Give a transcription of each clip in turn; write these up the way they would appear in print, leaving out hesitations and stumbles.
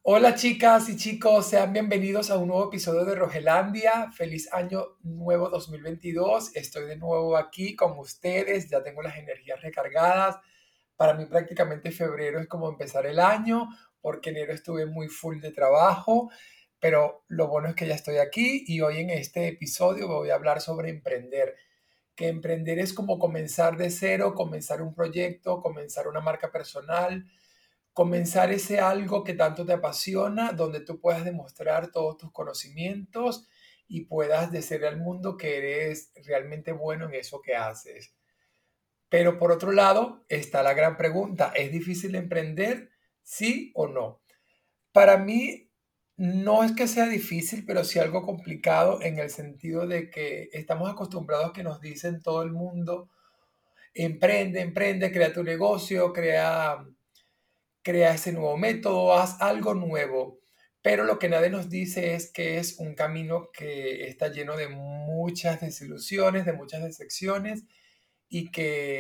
Hola chicas y chicos, sean bienvenidos a un nuevo episodio de Rogelandia. Feliz año nuevo 2022. Estoy de nuevo aquí con ustedes, ya tengo las energías recargadas. Para mí prácticamente febrero es como empezar el año, porque enero estuve muy full de trabajo, pero lo bueno es que ya estoy aquí y hoy en este episodio voy a hablar sobre emprender. Que emprender es como comenzar de cero, comenzar un proyecto, comenzar una marca personal, comenzar ese algo que tanto te apasiona, donde tú puedas demostrar todos tus conocimientos y puedas decirle al mundo que eres realmente bueno en eso que haces. Pero por otro lado está la gran pregunta, ¿es difícil emprender? ¿Sí o no? Para mí no es que sea difícil, pero sí algo complicado en el sentido de que estamos acostumbrados a que nos dicen todo el mundo, emprende, emprende, crea tu negocio, crea ese nuevo método, haz algo nuevo. Pero lo que nadie nos dice es que es un camino que está lleno de muchas desilusiones, de muchas decepciones y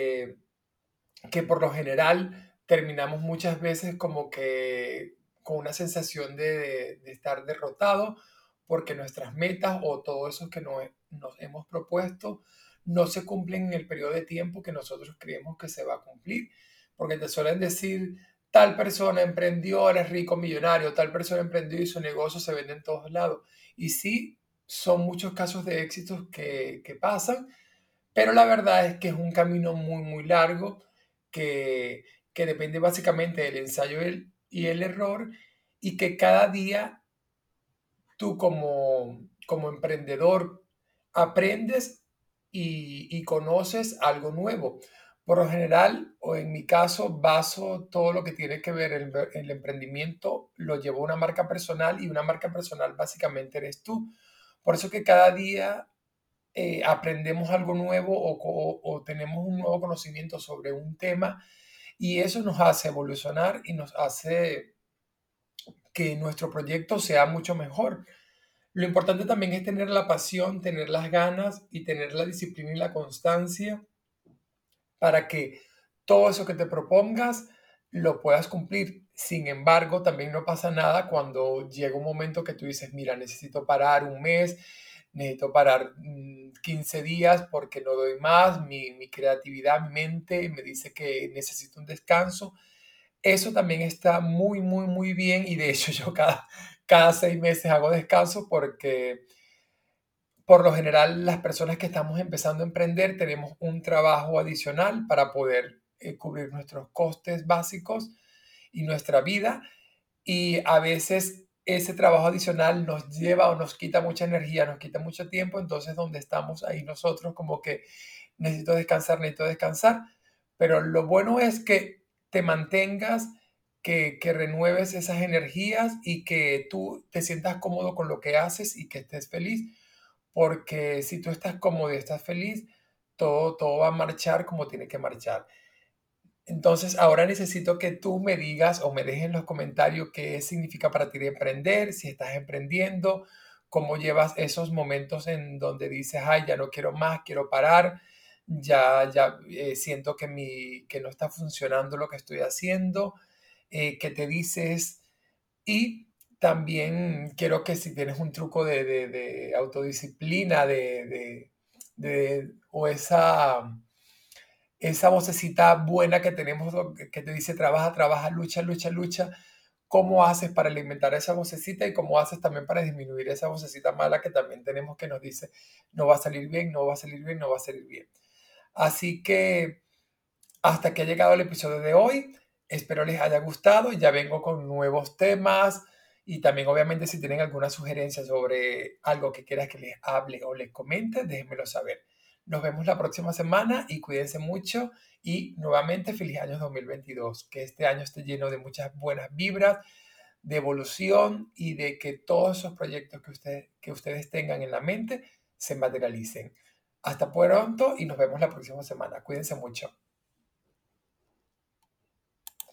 que por lo general terminamos muchas veces como que con una sensación de estar derrotado porque nuestras metas o todo eso que nos hemos propuesto no se cumplen en el periodo de tiempo que nosotros creemos que se va a cumplir. Porque te suelen decir, tal persona emprendió, eres rico, millonario, tal persona emprendió y su negocio se vende en todos lados. Y sí, son muchos casos de éxitos que pasan, pero la verdad es que es un camino muy, muy largo que, que depende básicamente del ensayo y el error y que cada día tú como emprendedor aprendes y conoces algo nuevo. Por lo general, o en mi caso, baso todo lo que tiene que ver el emprendimiento, lo llevo a una marca personal y una marca personal básicamente eres tú. Por eso que cada día aprendemos algo nuevo o tenemos un nuevo conocimiento sobre un tema y eso nos hace evolucionar y nos hace que nuestro proyecto sea mucho mejor. Lo importante también es tener la pasión, tener las ganas y tener la disciplina y la constancia para que todo eso que te propongas lo puedas cumplir. Sin embargo, también no pasa nada cuando llega un momento que tú dices, mira, necesito parar un mes, necesito parar 15 días porque no doy más, mi creatividad, mi mente me dice que necesito un descanso. Eso también está muy, muy, muy bien y de hecho yo cada 6 meses hago descanso porque por lo general, las personas que estamos empezando a emprender tenemos un trabajo adicional para poder cubrir nuestros costes básicos y nuestra vida. Y a veces ese trabajo adicional nos lleva o nos quita mucha energía, nos quita mucho tiempo. Entonces, donde estamos ahí nosotros como que necesito descansar, necesito descansar. Pero lo bueno es que te mantengas, que renueves esas energías y que tú te sientas cómodo con lo que haces y que estés feliz porque si tú estás cómodo y estás feliz, todo va a marchar como tiene que marchar. Entonces, ahora necesito que tú me digas o me dejes en los comentarios qué significa para ti emprender, si estás emprendiendo, cómo llevas esos momentos en donde dices, ay, ya no quiero más, quiero parar, ya siento que no está funcionando lo que estoy haciendo, qué te dices y también quiero que si tienes un truco de autodisciplina, o esa vocecita buena que tenemos que te dice trabaja, trabaja, lucha, lucha, lucha, ¿cómo haces para alimentar esa vocecita y cómo haces también para disminuir esa vocecita mala que también tenemos que nos dice no va a salir bien, no va a salir bien, no va a salir bien? Así que hasta que ha llegado el episodio de hoy. Espero les haya gustado. Ya vengo con nuevos temas y también obviamente si tienen alguna sugerencia sobre algo que quieras que les hable o les comente, déjenmelo saber. Nos vemos la próxima semana y cuídense mucho y nuevamente feliz año 2022. Que este año esté lleno de muchas buenas vibras, de evolución y de que todos esos proyectos que ustedes tengan en la mente se materialicen. Hasta pronto y nos vemos la próxima semana. Cuídense mucho.